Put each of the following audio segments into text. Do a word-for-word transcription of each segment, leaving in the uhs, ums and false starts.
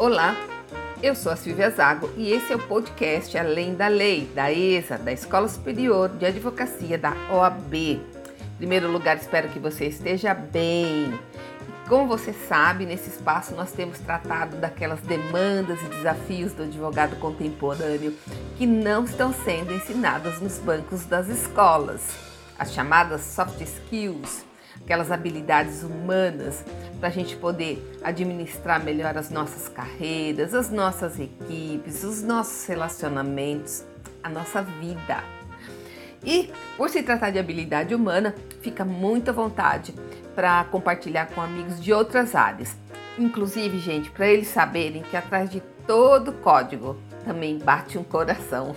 Olá, eu sou a Silvia Zago e esse é o podcast Além da Lei, da E S A, da Escola Superior de Advocacia da O A B. Em primeiro lugar, espero que você esteja bem. Como você sabe, nesse espaço nós temos tratado daquelas demandas e desafios do advogado contemporâneo que não estão sendo ensinadas nos bancos das escolas. As chamadas soft skills, aquelas habilidades humanas para a gente poder administrar melhor as nossas carreiras, as nossas equipes, os nossos relacionamentos, a nossa vida. E por se tratar de habilidade humana, fica muito à vontade para compartilhar com amigos de outras áreas. Inclusive, gente, para eles saberem que atrás de todo código também bate um coração.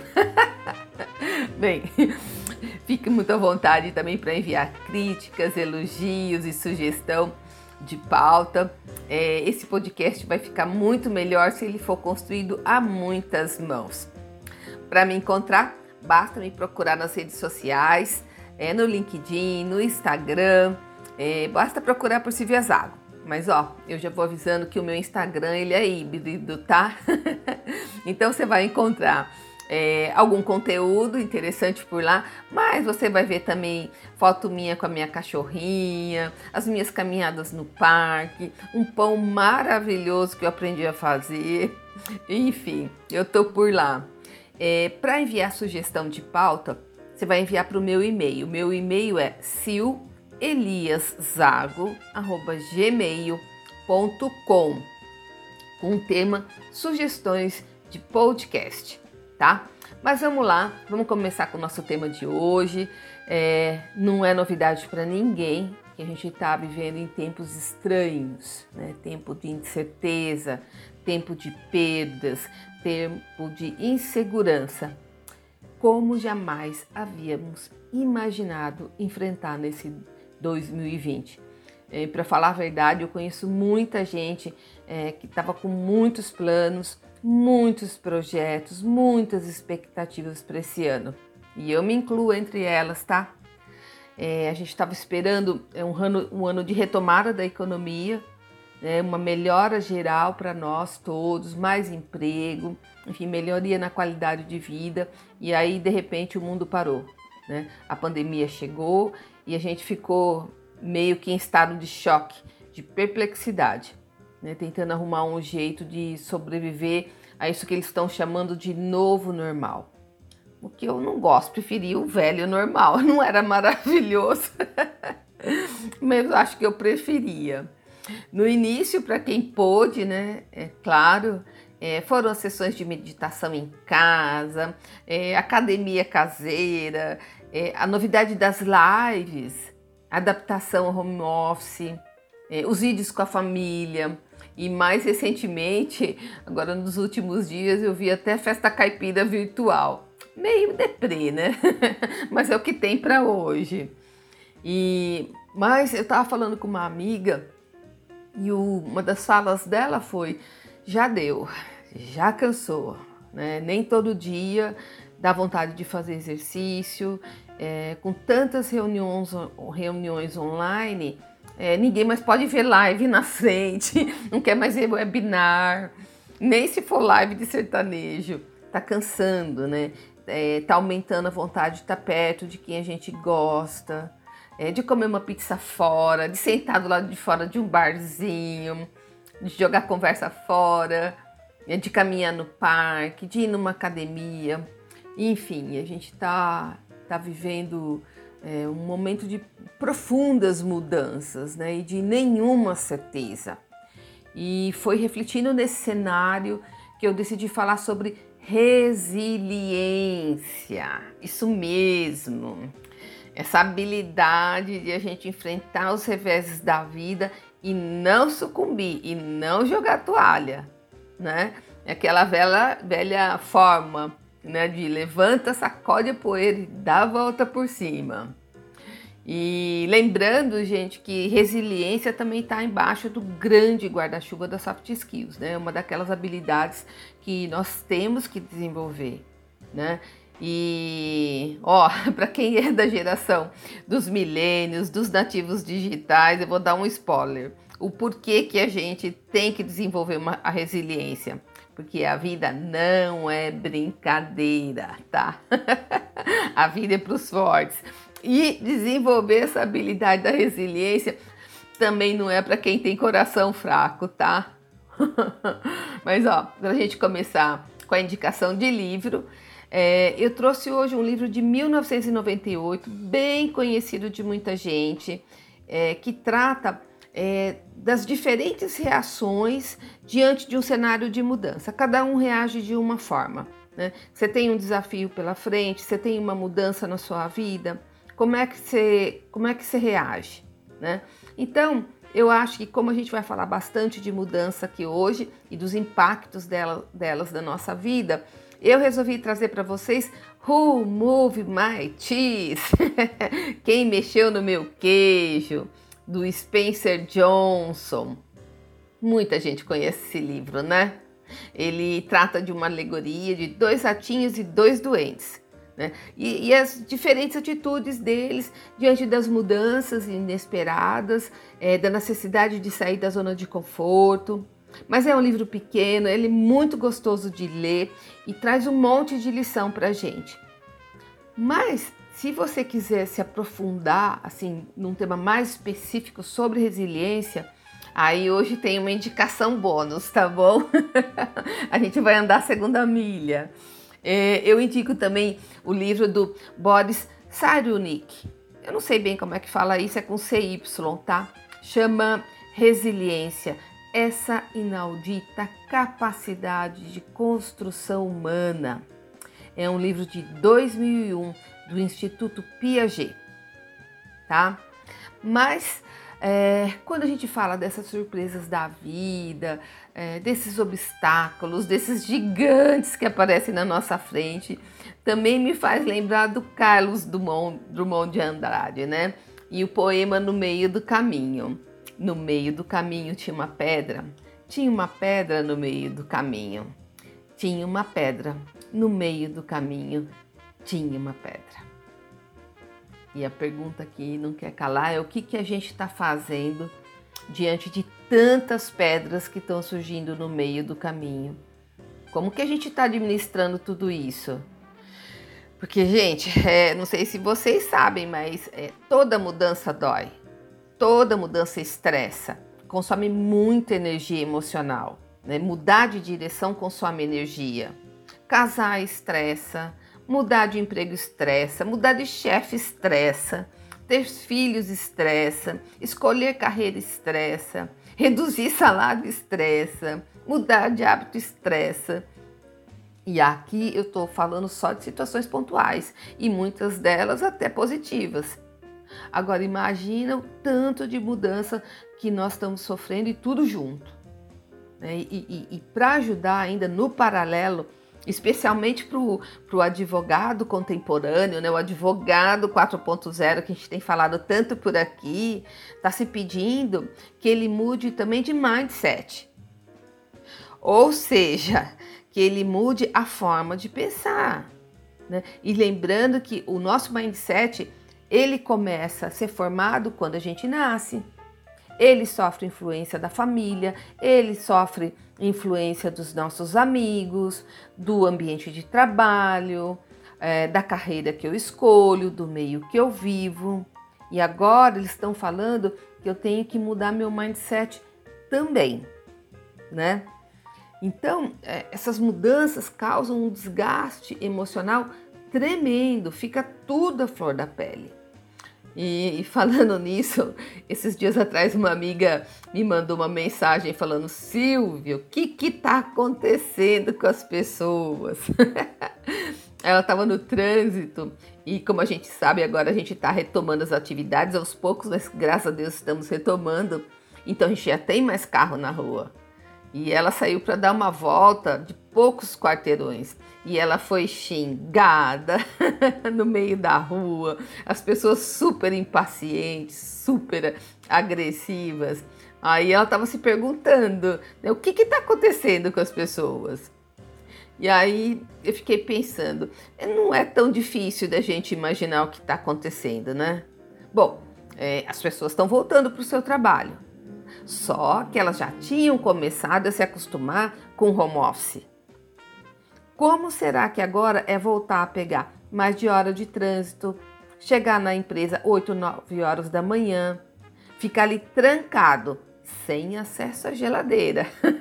Bem, fique muito à vontade também para enviar críticas, elogios e sugestão de pauta. É, esse podcast vai ficar muito melhor se ele for construído a muitas mãos. Para me encontrar, basta me procurar nas redes sociais, é, no LinkedIn, no Instagram, é, basta procurar por Silvia Zago. Mas ó, eu já vou avisando que o meu Instagram ele é híbrido, tá? Então você vai encontrar é, algum conteúdo interessante por lá, mas você vai ver também foto minha com a minha cachorrinha, as minhas caminhadas no parque, um pão maravilhoso que eu aprendi a fazer, enfim, eu tô por lá. É, para enviar sugestão de pauta, você vai enviar para o meu e-mail. O meu e-mail é sil elias zago arroba gmail ponto com com o tema sugestões de podcast, tá? Mas vamos lá, vamos começar com o nosso tema de hoje. É, não é novidade para ninguém que a gente está vivendo em tempos estranhos, né? Tempo de incerteza, tempo de perdas, tempo de insegurança, como jamais havíamos imaginado enfrentar nesse dois mil e vinte. É, para falar a verdade, eu conheço muita gente é, que estava com muitos planos, muitos projetos, muitas expectativas para esse ano. E eu me incluo entre elas, tá? É, a gente estava esperando um ano, um ano de retomada da economia, né, uma melhora geral para nós todos, mais emprego, enfim, melhoria na qualidade de vida. E aí, de repente, o mundo parou, né? A pandemia chegou e a gente ficou meio que em estado de choque, de perplexidade, né? Tentando arrumar um jeito de sobreviver a isso que eles estão chamando de novo normal. O que eu não gosto, preferi o velho normal, não era maravilhoso, mas eu acho que eu preferia. No início, para quem pôde, né, é claro, é, foram as sessões de meditação em casa, é, academia caseira, é, a novidade das lives, adaptação ao home office, é, os vídeos com a família e mais recentemente, agora nos últimos dias, eu vi até festa caipira virtual. Meio deprê, né? Mas é o que tem para hoje. E, mas eu estava falando com uma amiga e o, uma das falas dela foi: já deu, já cansou, né? Nem todo dia dá vontade de fazer exercício, é, com tantas reuniões, reuniões online, é, ninguém mais pode ver live na frente, não quer mais ver webinar, nem se for live de sertanejo, tá cansando, né? É, tá aumentando a vontade de estar perto de quem a gente gosta, é, de comer uma pizza fora, de sentar do lado de fora de um barzinho, de jogar conversa fora, é, de caminhar no parque, de ir numa academia. Enfim, a gente tá, tá vivendo é, um momento de profundas mudanças, né, e de nenhuma certeza. E foi refletindo nesse cenário que eu decidi falar sobre resiliência. Isso mesmo. Essa habilidade de a gente enfrentar os reveses da vida e não sucumbir, e não jogar toalha, né? É aquela velha, velha forma, né, de levanta, sacode a poeira e dá a volta por cima. E lembrando, gente, que resiliência também está embaixo do grande guarda-chuva das soft skills, né? Uma daquelas habilidades que nós temos que desenvolver, né? E, ó, para quem é da geração dos milênios, dos nativos digitais, eu vou dar um spoiler. o porquê que a gente tem que desenvolver uma, a resiliência. Porque a vida não é brincadeira, tá? A vida é para os fortes. E desenvolver essa habilidade da resiliência também não é para quem tem coração fraco, tá? Mas, ó, para a gente começar com a indicação de livro, é, eu trouxe hoje um livro de mil novecentos e noventa e oito, bem conhecido de muita gente, é, que trata é, das diferentes reações diante de um cenário de mudança. Cada um reage de uma forma, né? Você tem um desafio pela frente, você tem uma mudança na sua vida, como é que você, como é que você reage, né? Então, eu acho que como a gente vai falar bastante de mudança aqui hoje e dos impactos dela, delas na nossa vida, eu resolvi trazer para vocês Who Moved My Cheese? Quem mexeu no meu queijo? Do Spencer Johnson. Muita gente conhece esse livro, né? Ele trata de uma alegoria de dois ratinhos e dois doentes, né? E, e as diferentes atitudes deles diante das mudanças inesperadas, é, da necessidade de sair da zona de conforto. Mas é um livro pequeno, ele é muito gostoso de ler e traz um monte de lição pra gente. Mas se você quiser se aprofundar assim num tema mais específico sobre resiliência, aí hoje tem uma indicação bônus, tá bom? A gente vai andar a segunda milha. É, eu indico também o livro do Boris Cyrulnik. Eu não sei bem como é que fala isso, é com C Y, tá? Chama Resiliência, essa inaudita capacidade de construção humana. É um livro de dois mil e um, do Instituto Piaget, tá? Mas é, quando a gente fala dessas surpresas da vida, é, desses obstáculos, desses gigantes que aparecem na nossa frente, também me faz lembrar do Carlos Drummond, Drummond de Andrade, né? E o poema No Meio do Caminho. No meio do caminho tinha uma pedra, tinha uma pedra no meio do caminho, tinha uma pedra no meio do caminho, tinha uma pedra. E a pergunta que não quer calar é o que, que a gente está fazendo diante de tantas pedras que estão surgindo no meio do caminho. Como que a gente está administrando tudo isso? Porque, gente, é, não sei se vocês sabem, mas é, toda mudança dói. Toda mudança estressa, consome muita energia emocional, né? Mudar de direção consome energia. Casar estressa, mudar de emprego estressa, mudar de chefe estressa, ter filhos estressa, escolher carreira estressa, reduzir salário estressa, mudar de hábito estressa. E aqui eu estou falando só de situações pontuais e muitas delas até positivas. Agora imagina o tanto de mudança que nós estamos sofrendo e tudo junto, né? E, e, e para ajudar ainda no paralelo, especialmente para o advogado contemporâneo, né? O advogado quatro ponto zero que a gente tem falado tanto por aqui, está se pedindo que ele mude também de mindset. Ou seja, que ele mude a forma de pensar, né? E lembrando que o nosso mindset, ele começa a ser formado quando a gente nasce. Ele sofre influência da família, ele sofre influência dos nossos amigos, do ambiente de trabalho, é, da carreira que eu escolho, do meio que eu vivo. E agora eles estão falando que eu tenho que mudar meu mindset também, né? Então, é, essas mudanças causam um desgaste emocional tremendo, fica tudo à flor da pele. E, e falando nisso, esses dias atrás uma amiga me mandou uma mensagem falando: Silvio, o que que tá acontecendo com as pessoas? Ela estava no trânsito e, como a gente sabe, agora a gente está retomando as atividades aos poucos, mas graças a Deus estamos retomando, então a gente já tem mais carro na rua. E ela saiu para dar uma volta de poucos quarteirões e ela foi xingada no meio da rua, as pessoas super impacientes, super agressivas. Aí ela estava se perguntando, né, o que está acontecendo com as pessoas. E aí eu fiquei pensando, não é tão difícil da gente imaginar o que está acontecendo, né? Bom, é, as pessoas estão voltando para o seu trabalho. Só que elas já tinham começado a se acostumar com o home office. Como será que agora é voltar a pegar mais de hora de trânsito, chegar na empresa oito, nove horas da manhã, ficar ali trancado, sem acesso à geladeira,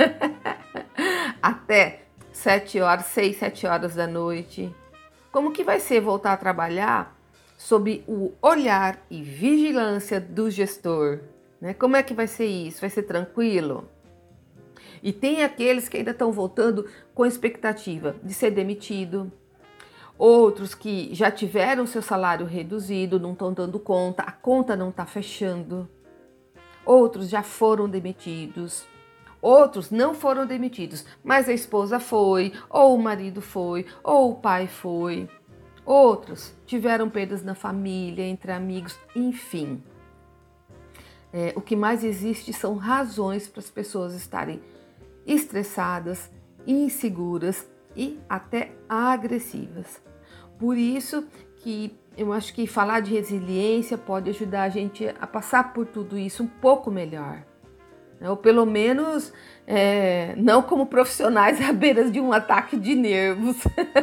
até sete horas, seis, sete horas da noite? Como que vai ser voltar a trabalhar sob o olhar e vigilância do gestor? Né? Como é que vai ser isso? Vai ser tranquilo? E tem aqueles que ainda estão voltando com expectativa de ser demitido, outros que já tiveram seu salário reduzido, não estão dando conta, a conta não está fechando, outros já foram demitidos, outros não foram demitidos, mas a esposa foi, ou o marido foi, ou o pai foi, outros tiveram perdas na família, entre amigos, enfim. É, o que mais existe são razões para as pessoas estarem estressadas, inseguras e até agressivas. Por isso que eu acho que falar de resiliência pode ajudar a gente a passar por tudo isso um pouco melhor. Ou pelo menos é, não como profissionais à beira de um ataque de nervos.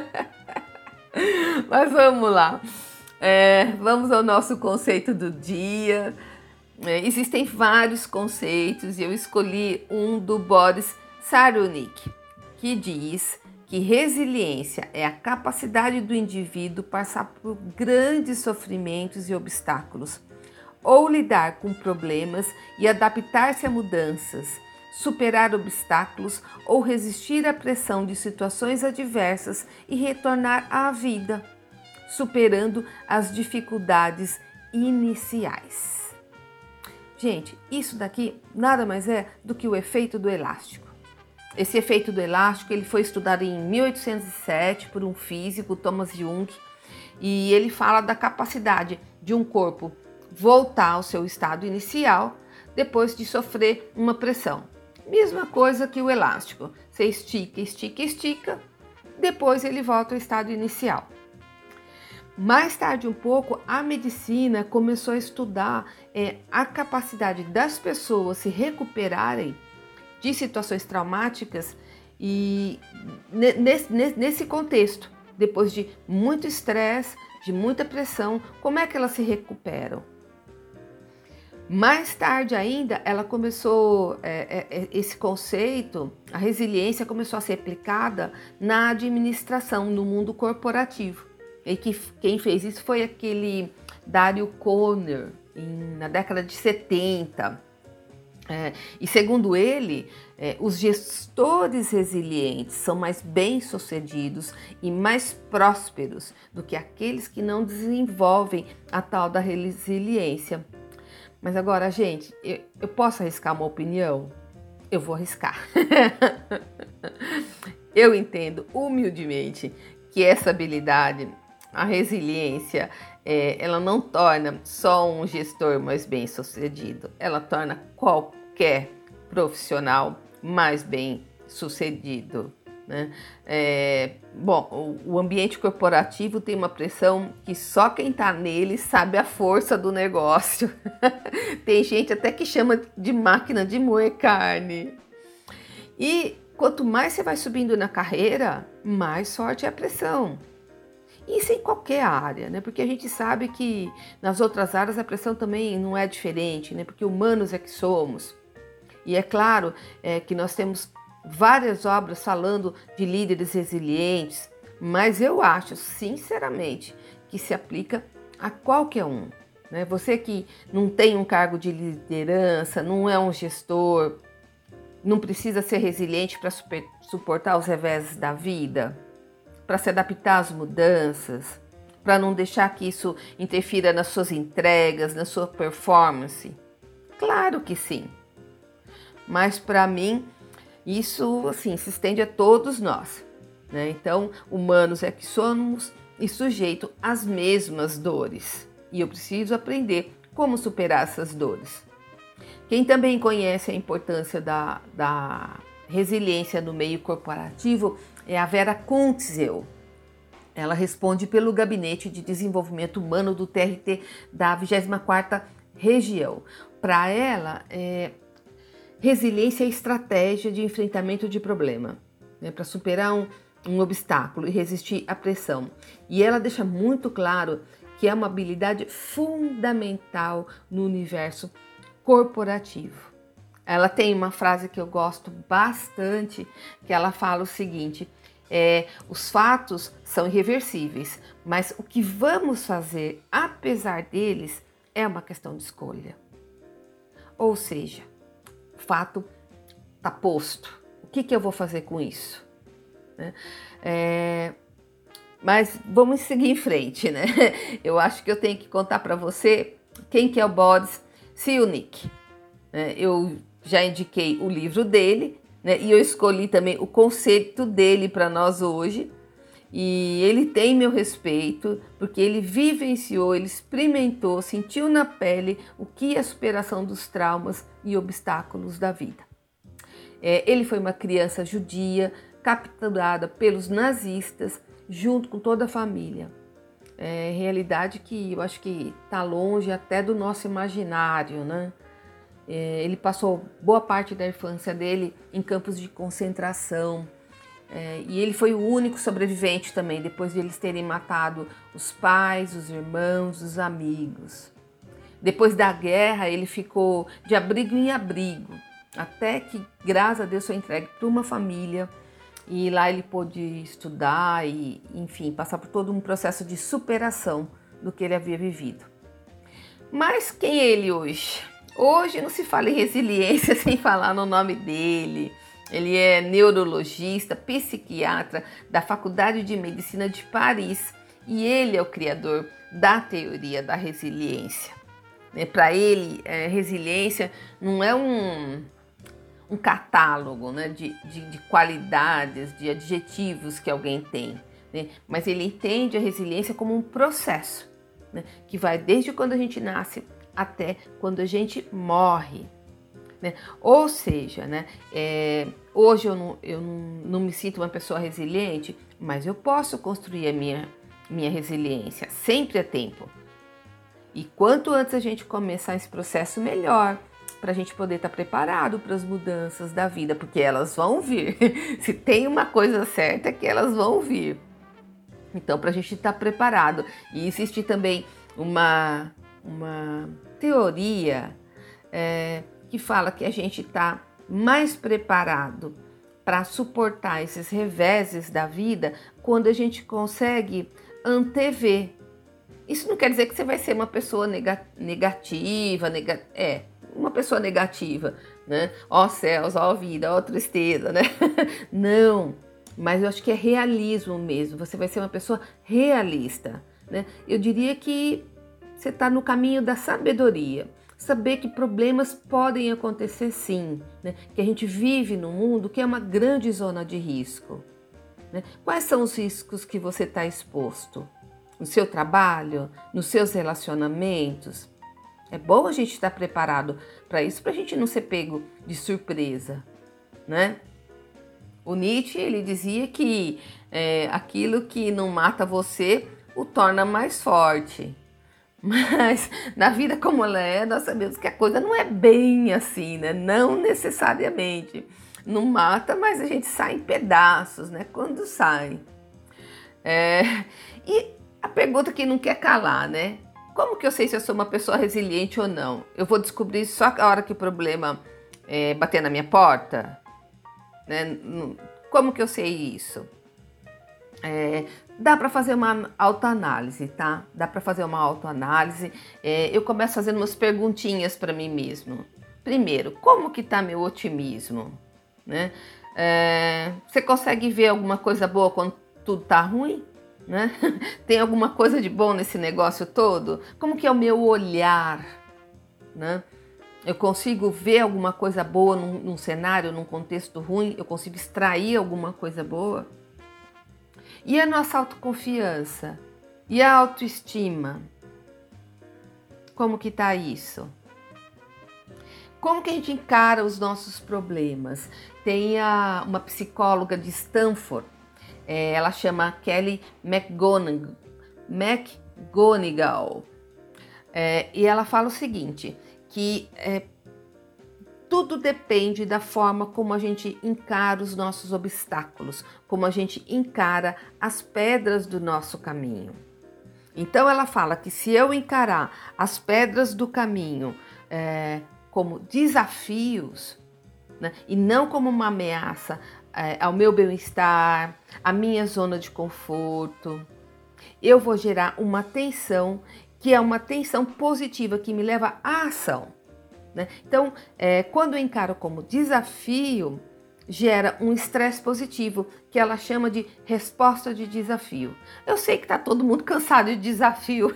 Mas vamos lá. É, vamos ao nosso conceito do dia. É, existem vários conceitos e eu escolhi um do Boris Cyrulnik, que diz que resiliência é a capacidade do indivíduo passar por grandes sofrimentos e obstáculos, ou lidar com problemas e adaptar-se a mudanças, superar obstáculos ou resistir à pressão de situações adversas e retornar à vida, superando as dificuldades iniciais. Gente, isso daqui nada mais é do que o efeito do elástico. Esse efeito do elástico ele foi estudado em mil oitocentos e sete por um físico, Thomas Young, e ele fala da capacidade de um corpo voltar ao seu estado inicial depois de sofrer uma pressão. Mesma coisa que o elástico, você estica, estica, estica, depois ele volta ao estado inicial. Mais tarde um pouco, a medicina começou a estudar é, a capacidade das pessoas se recuperarem de situações traumáticas e nesse, nesse contexto, depois de muito estresse, de muita pressão, como é que elas se recuperam? Mais tarde ainda, ela começou, é, é, esse conceito, a resiliência começou a ser aplicada na administração, no mundo corporativo. E que, quem fez isso foi aquele Dario Conner, em, na década de setenta. É, e segundo ele, é, os gestores resilientes são mais bem-sucedidos e mais prósperos do que aqueles que não desenvolvem a tal da resiliência. Mas agora, gente, eu, eu posso arriscar uma opinião? Eu vou arriscar. Eu entendo humildemente que essa habilidade, a resiliência, é, ela não torna só um gestor mais bem-sucedido, ela torna qualquer profissional mais bem-sucedido. Né? É, bom, o, o ambiente corporativo tem uma pressão que só quem está nele sabe a força do negócio. Tem gente até que chama de máquina de moer carne. E quanto mais você vai subindo na carreira, mais forte é a pressão. Isso em qualquer área, né? Porque a gente sabe que nas outras áreas a pressão também não é diferente, né? Porque humanos é que somos. E é claro é, que nós temos várias obras falando de líderes resilientes, mas eu acho, sinceramente, que se aplica a qualquer um. Né? Você que não tem um cargo de liderança, não é um gestor, não precisa ser resiliente para suportar os reveses da vida, para se adaptar às mudanças, para não deixar que isso interfira nas suas entregas, na sua performance? Claro que sim. Mas para mim, isso assim, se estende a todos nós. Né? Então, humanos é que somos e sujeito às mesmas dores. E eu preciso aprender como superar essas dores. Quem também conhece a importância da, da resiliência no meio corporativo é a Vera Kuntzel. Ela responde pelo Gabinete de Desenvolvimento Humano do T R T da vigésima quarta Região. Para ela, é, resiliência é estratégia de enfrentamento de problema, né, para superar um, um obstáculo e resistir à pressão. E ela deixa muito claro que é uma habilidade fundamental no universo corporativo. Ela tem uma frase que eu gosto bastante, que ela fala o seguinte: é, os fatos são irreversíveis, mas o que vamos fazer apesar deles é uma questão de escolha. Ou seja, o fato está posto. O que, que eu vou fazer com isso? Né? É, mas vamos seguir em frente, né? Eu acho que eu tenho que contar para você quem que é o Boris Cyrulnik. Eu já indiquei o livro dele, né? E eu escolhi também o conceito dele para nós hoje. E ele tem meu respeito, porque ele vivenciou, ele experimentou, sentiu na pele o que é a superação dos traumas e obstáculos da vida. É, ele foi uma criança judia, capturada pelos nazistas, junto com toda a família. É realidade que eu acho que está longe até do nosso imaginário, né? É, ele passou boa parte da infância dele em campos de concentração. É, e ele foi o único sobrevivente também, depois de eles terem matado os pais, os irmãos, os amigos. Depois da guerra, ele ficou de abrigo em abrigo, até que, graças a Deus, foi entregue para uma família. E lá ele pôde estudar e, enfim, passar por todo um processo de superação do que ele havia vivido. Mas quem é ele hoje? Hoje não se fala em resiliência sem falar no nome dele. Ele é neurologista, psiquiatra da Faculdade de Medicina de Paris e ele é o criador da teoria da resiliência. Para ele, é, resiliência não é um, um catálogo, né, de, de, de qualidades, de adjetivos que alguém tem, né, mas ele entende a resiliência como um processo, né, que vai desde quando a gente nasce até quando a gente morre. Né? Ou seja, né, é, hoje eu, não, eu não, não me sinto uma pessoa resiliente, mas eu posso construir a minha, minha resiliência, sempre é tempo. E quanto antes a gente começar esse processo, melhor, para a gente poder estar preparado para as mudanças da vida, porque elas vão vir. Se tem uma coisa certa é que elas vão vir. Então, para a gente estar preparado. E existe também uma, uma teoria é, que fala que a gente está mais preparado para suportar esses reveses da vida quando a gente consegue antever. Isso não quer dizer que você vai ser uma pessoa negativa, nega, é, uma pessoa negativa, né? Ó céus, ó vida, ó tristeza, né? Não, mas eu acho que é realismo mesmo, você vai ser uma pessoa realista, né? Eu diria que você está no caminho da sabedoria, saber que problemas podem acontecer sim, né? Que a gente vive num mundo que é uma grande zona de risco, né? Quais são os riscos que você está exposto? No seu trabalho, nos seus relacionamentos? É bom a gente estar preparado para isso, para a gente não ser pego de surpresa, né? O Nietzsche, ele dizia que é, aquilo que não mata você o torna mais forte. Mas na vida como ela é, nós sabemos que a coisa não é bem assim, né? Não necessariamente. Não mata, mas a gente sai em pedaços, né? Quando sai. É... E a pergunta que não quer calar, né? Como que eu sei se eu sou uma pessoa resiliente ou não? Eu vou descobrir só a hora que o problema é, bater na minha porta? Né? Como que eu sei isso? É, dá para fazer uma autoanálise, tá? Dá para fazer uma autoanálise. É, eu começo fazendo umas perguntinhas para mim mesmo. Primeiro, como que tá meu otimismo? Né? É, você consegue ver alguma coisa boa quando tudo tá ruim? Né? Tem alguma coisa de bom nesse negócio todo? Como que é o meu olhar? Né? Eu consigo ver alguma coisa boa num, num cenário, num contexto ruim? Eu consigo extrair alguma coisa boa? E a nossa autoconfiança? E a autoestima? Como que tá isso? Como que a gente encara os nossos problemas? Tem a, uma psicóloga de Stanford, é, ela chama Kelly McGonigal, McGonigal é, e ela fala o seguinte, que é, tudo depende da forma como a gente encara os nossos obstáculos, como a gente encara as pedras do nosso caminho. Então ela fala que se eu encarar as pedras do caminho é, como desafios, né, e não como uma ameaça é, ao meu bem-estar, à minha zona de conforto, eu vou gerar uma tensão que é uma tensão positiva que me leva à ação. Né? Então, é, quando eu encaro como desafio, gera um estresse positivo, que ela chama de resposta de desafio. Eu sei que está todo mundo cansado de desafio,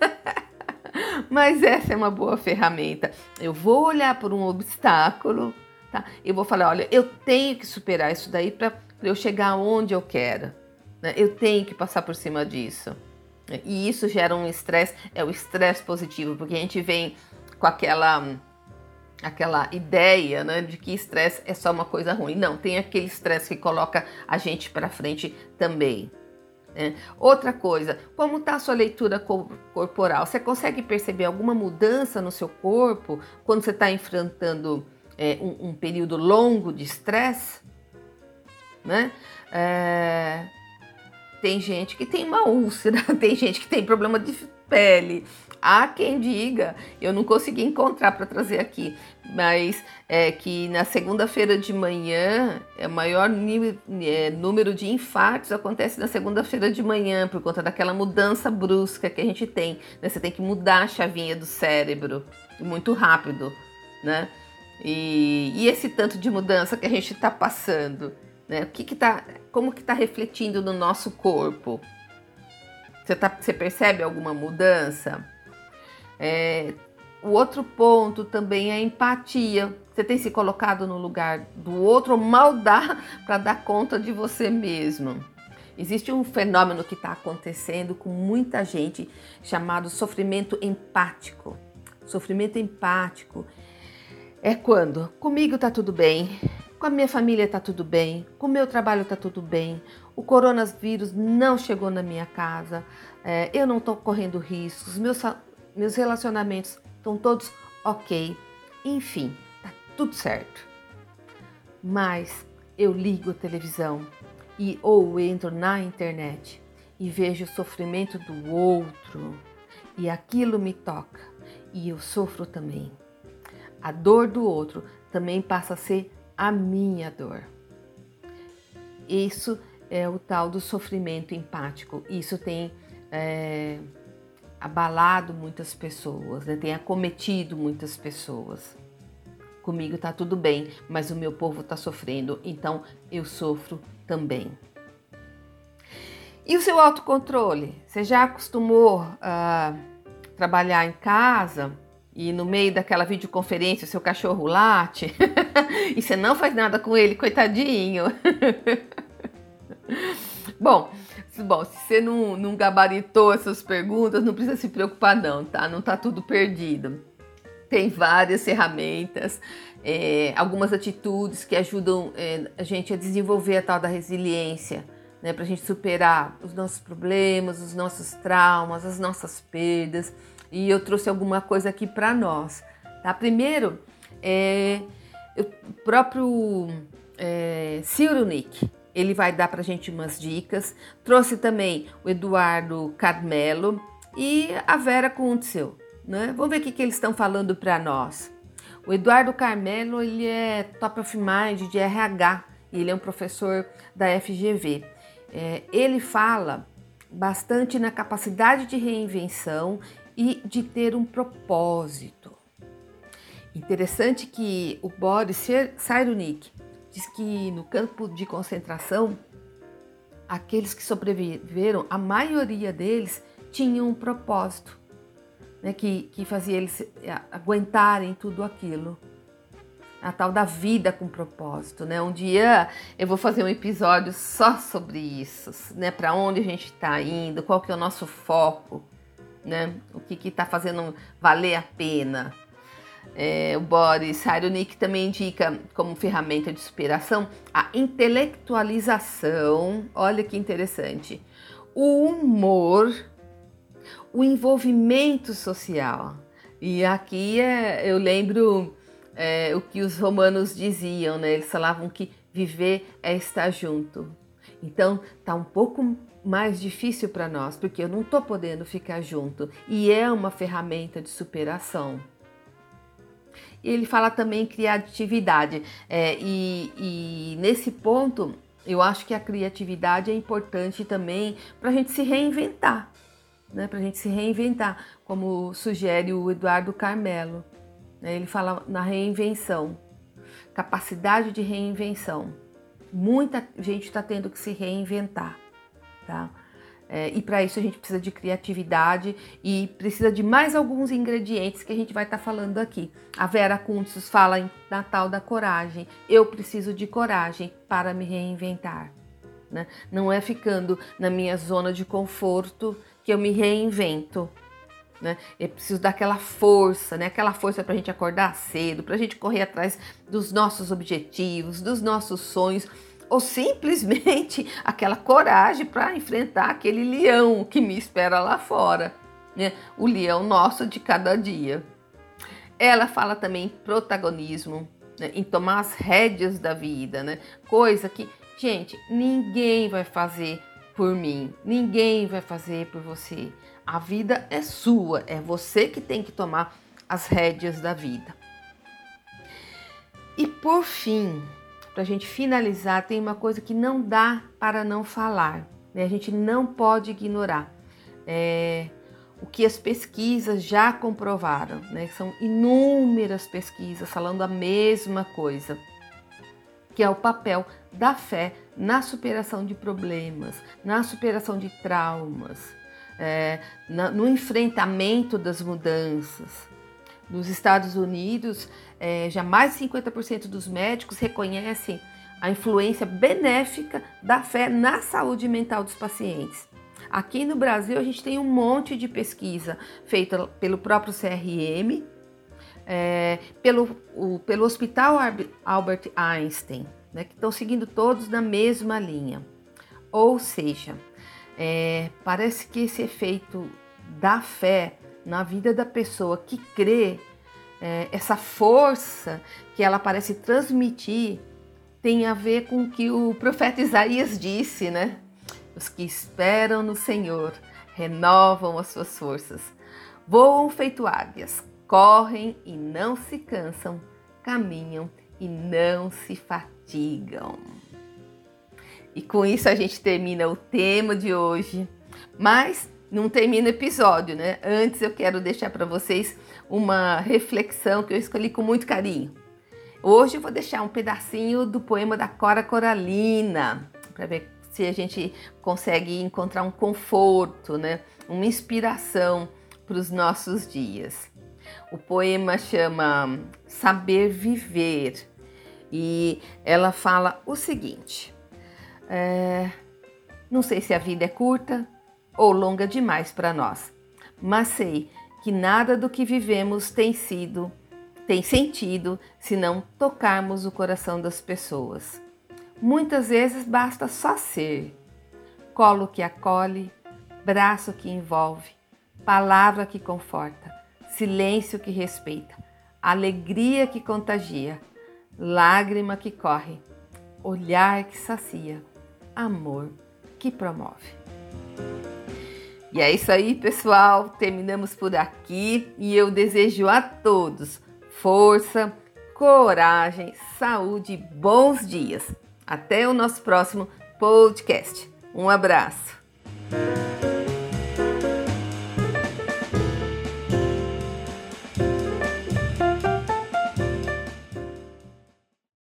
mas essa é uma boa ferramenta. Eu vou olhar por um obstáculo, tá? Eu vou falar, olha, eu tenho que superar isso daí para eu chegar onde eu quero. Né? Eu tenho que passar por cima disso. E isso gera um estresse, é o estresse positivo, porque a gente vem com aquela... aquela ideia, né, de que estresse é só uma coisa ruim. Não, tem aquele estresse que coloca a gente para frente também. Né? Outra coisa, como está a sua leitura corporal? Você consegue perceber alguma mudança no seu corpo quando você está enfrentando é, um, um período longo de estresse? Né? É... Tem gente que tem uma úlcera, tem gente que tem problema de pele. Há quem diga, eu não consegui encontrar para trazer aqui, mas é que na segunda-feira de manhã, é o maior nível, é, número de infartos acontece na segunda-feira de manhã, por conta daquela mudança brusca que a gente tem. Né? Você tem que mudar a chavinha do cérebro muito rápido, né? E, e esse tanto de mudança que a gente está passando, né? O que que tá, como que está refletindo no nosso corpo? Você, tá, você percebe alguma mudança? É, o outro ponto também é a empatia. Você tem se colocado no lugar do outro ou mal dá para dar conta de você mesmo. Existe um fenômeno que está acontecendo com muita gente chamado sofrimento empático. Sofrimento empático é quando comigo está tudo bem, com a minha família está tudo bem, com o meu trabalho está tudo bem, o coronavírus não chegou na minha casa, é, eu não estou correndo riscos, meus, meus relacionamentos estão todos ok, enfim, está tudo certo. Mas eu ligo a televisão e ou entro na internet e vejo o sofrimento do outro e aquilo me toca e eu sofro também. A dor do outro também passa a ser a minha dor. Isso é o tal do sofrimento empático. Isso tem é, abalado muitas pessoas, né? Tem acometido muitas pessoas. Comigo tá tudo bem, mas o meu povo tá sofrendo, então eu sofro também. E o seu autocontrole? Você já acostumou a trabalhar em casa e no meio daquela videoconferência o seu cachorro late e você não faz nada com ele, coitadinho? Bom, bom, se você não, não gabaritou essas perguntas, não precisa se preocupar não, tá? Não tá tudo perdido. Tem várias ferramentas, é, algumas atitudes que ajudam é, a gente a desenvolver a tal da resiliência, né? Pra gente superar os nossos problemas, os nossos traumas, as nossas perdas. E eu trouxe alguma coisa aqui para nós, tá? Primeiro, é, o próprio é, Cyrulnik, ele vai dar pra gente umas dicas. Trouxe também o Eduardo Carmelo e a Vera Kuntzel, né? Vamos ver o que, que eles estão falando para nós. O Eduardo Carmelo, ele é Top of Mind de R H, e ele é um professor da F G V. É, ele fala bastante na capacidade de reinvenção e de ter um propósito. Interessante que o Boris Cyrulnik diz que no campo de concentração, aqueles que sobreviveram, a maioria deles tinham um propósito, né, que, que fazia eles aguentarem tudo aquilo. A tal da vida com propósito, né? Um dia eu vou fazer um episódio só sobre isso, né? Para onde a gente está indo, qual que é o nosso foco, né? O que está fazendo valer a pena. É, o Boris Cyrulnik também indica como ferramenta de superação a intelectualização, olha que interessante, o humor, o envolvimento social. E aqui é, eu lembro é, o que os romanos diziam, né? Eles falavam que viver é estar junto. Então tá um pouco mais difícil para nós, porque eu não tô podendo ficar junto, e é uma ferramenta de superação. Ele fala também em criatividade, é, e, e nesse ponto eu acho que a criatividade é importante também para a gente se reinventar, né? Para a gente se reinventar, como sugere o Eduardo Carmelo, né? Ele fala na reinvenção, capacidade de reinvenção. Muita gente está tendo que se reinventar, tá? É, e para isso a gente precisa de criatividade e precisa de mais alguns ingredientes que a gente vai estar tá falando aqui. A Vera Kuntzis fala em Natal da coragem. Eu preciso de coragem para me reinventar, né? Não é ficando na minha zona de conforto que eu me reinvento, né? Eu preciso daquela força, né? Aquela força para a gente acordar cedo, para a gente correr atrás dos nossos objetivos, dos nossos sonhos, ou simplesmente aquela coragem para enfrentar aquele leão que me espera lá fora, né? O leão nosso de cada dia. Ela fala também em protagonismo, né? Em tomar as rédeas da vida, né? Coisa que, gente, ninguém vai fazer por mim, ninguém vai fazer por você. A vida é sua, é você que tem que tomar as rédeas da vida. E por fim, para a gente finalizar, tem uma coisa que não dá para não falar, né? A gente não pode ignorar. É, o que as pesquisas já comprovaram, né? São inúmeras pesquisas falando a mesma coisa, que é o papel da fé na superação de problemas, na superação de traumas, é, na, no enfrentamento das mudanças. Nos Estados Unidos, é, já mais de cinquenta por cento dos médicos reconhecem a influência benéfica da fé na saúde mental dos pacientes. Aqui no Brasil, a gente tem um monte de pesquisa feita pelo próprio C R M, é, pelo, o, pelo Hospital Albert Einstein, né, que estão seguindo todos na mesma linha. Ou seja, é, parece que esse efeito da fé na vida da pessoa que crê, é, essa força que ela parece transmitir, tem a ver com o que o profeta Isaías disse, né? Os que esperam no Senhor renovam as suas forças, voam feito águias, correm e não se cansam, caminham e não se fatigam. E com isso a gente termina o tema de hoje, mas não termina o episódio, né? Antes eu quero deixar para vocês uma reflexão que eu escolhi com muito carinho. Hoje eu vou deixar um pedacinho do poema da Cora Coralina, para ver se a gente consegue encontrar um conforto, né? Uma inspiração para os nossos dias. O poema chama Saber Viver e ela fala o seguinte: é, não sei se a vida é curta ou longa demais para nós, mas sei que nada do que vivemos tem sido, tem sentido se não tocarmos o coração das pessoas. Muitas vezes basta só ser, colo que acolhe, braço que envolve, palavra que conforta, silêncio que respeita, alegria que contagia, lágrima que corre, olhar que sacia, amor que promove. E é isso aí, pessoal. Terminamos por aqui e eu desejo a todos força, coragem, saúde e bons dias. Até o nosso próximo podcast. Um abraço.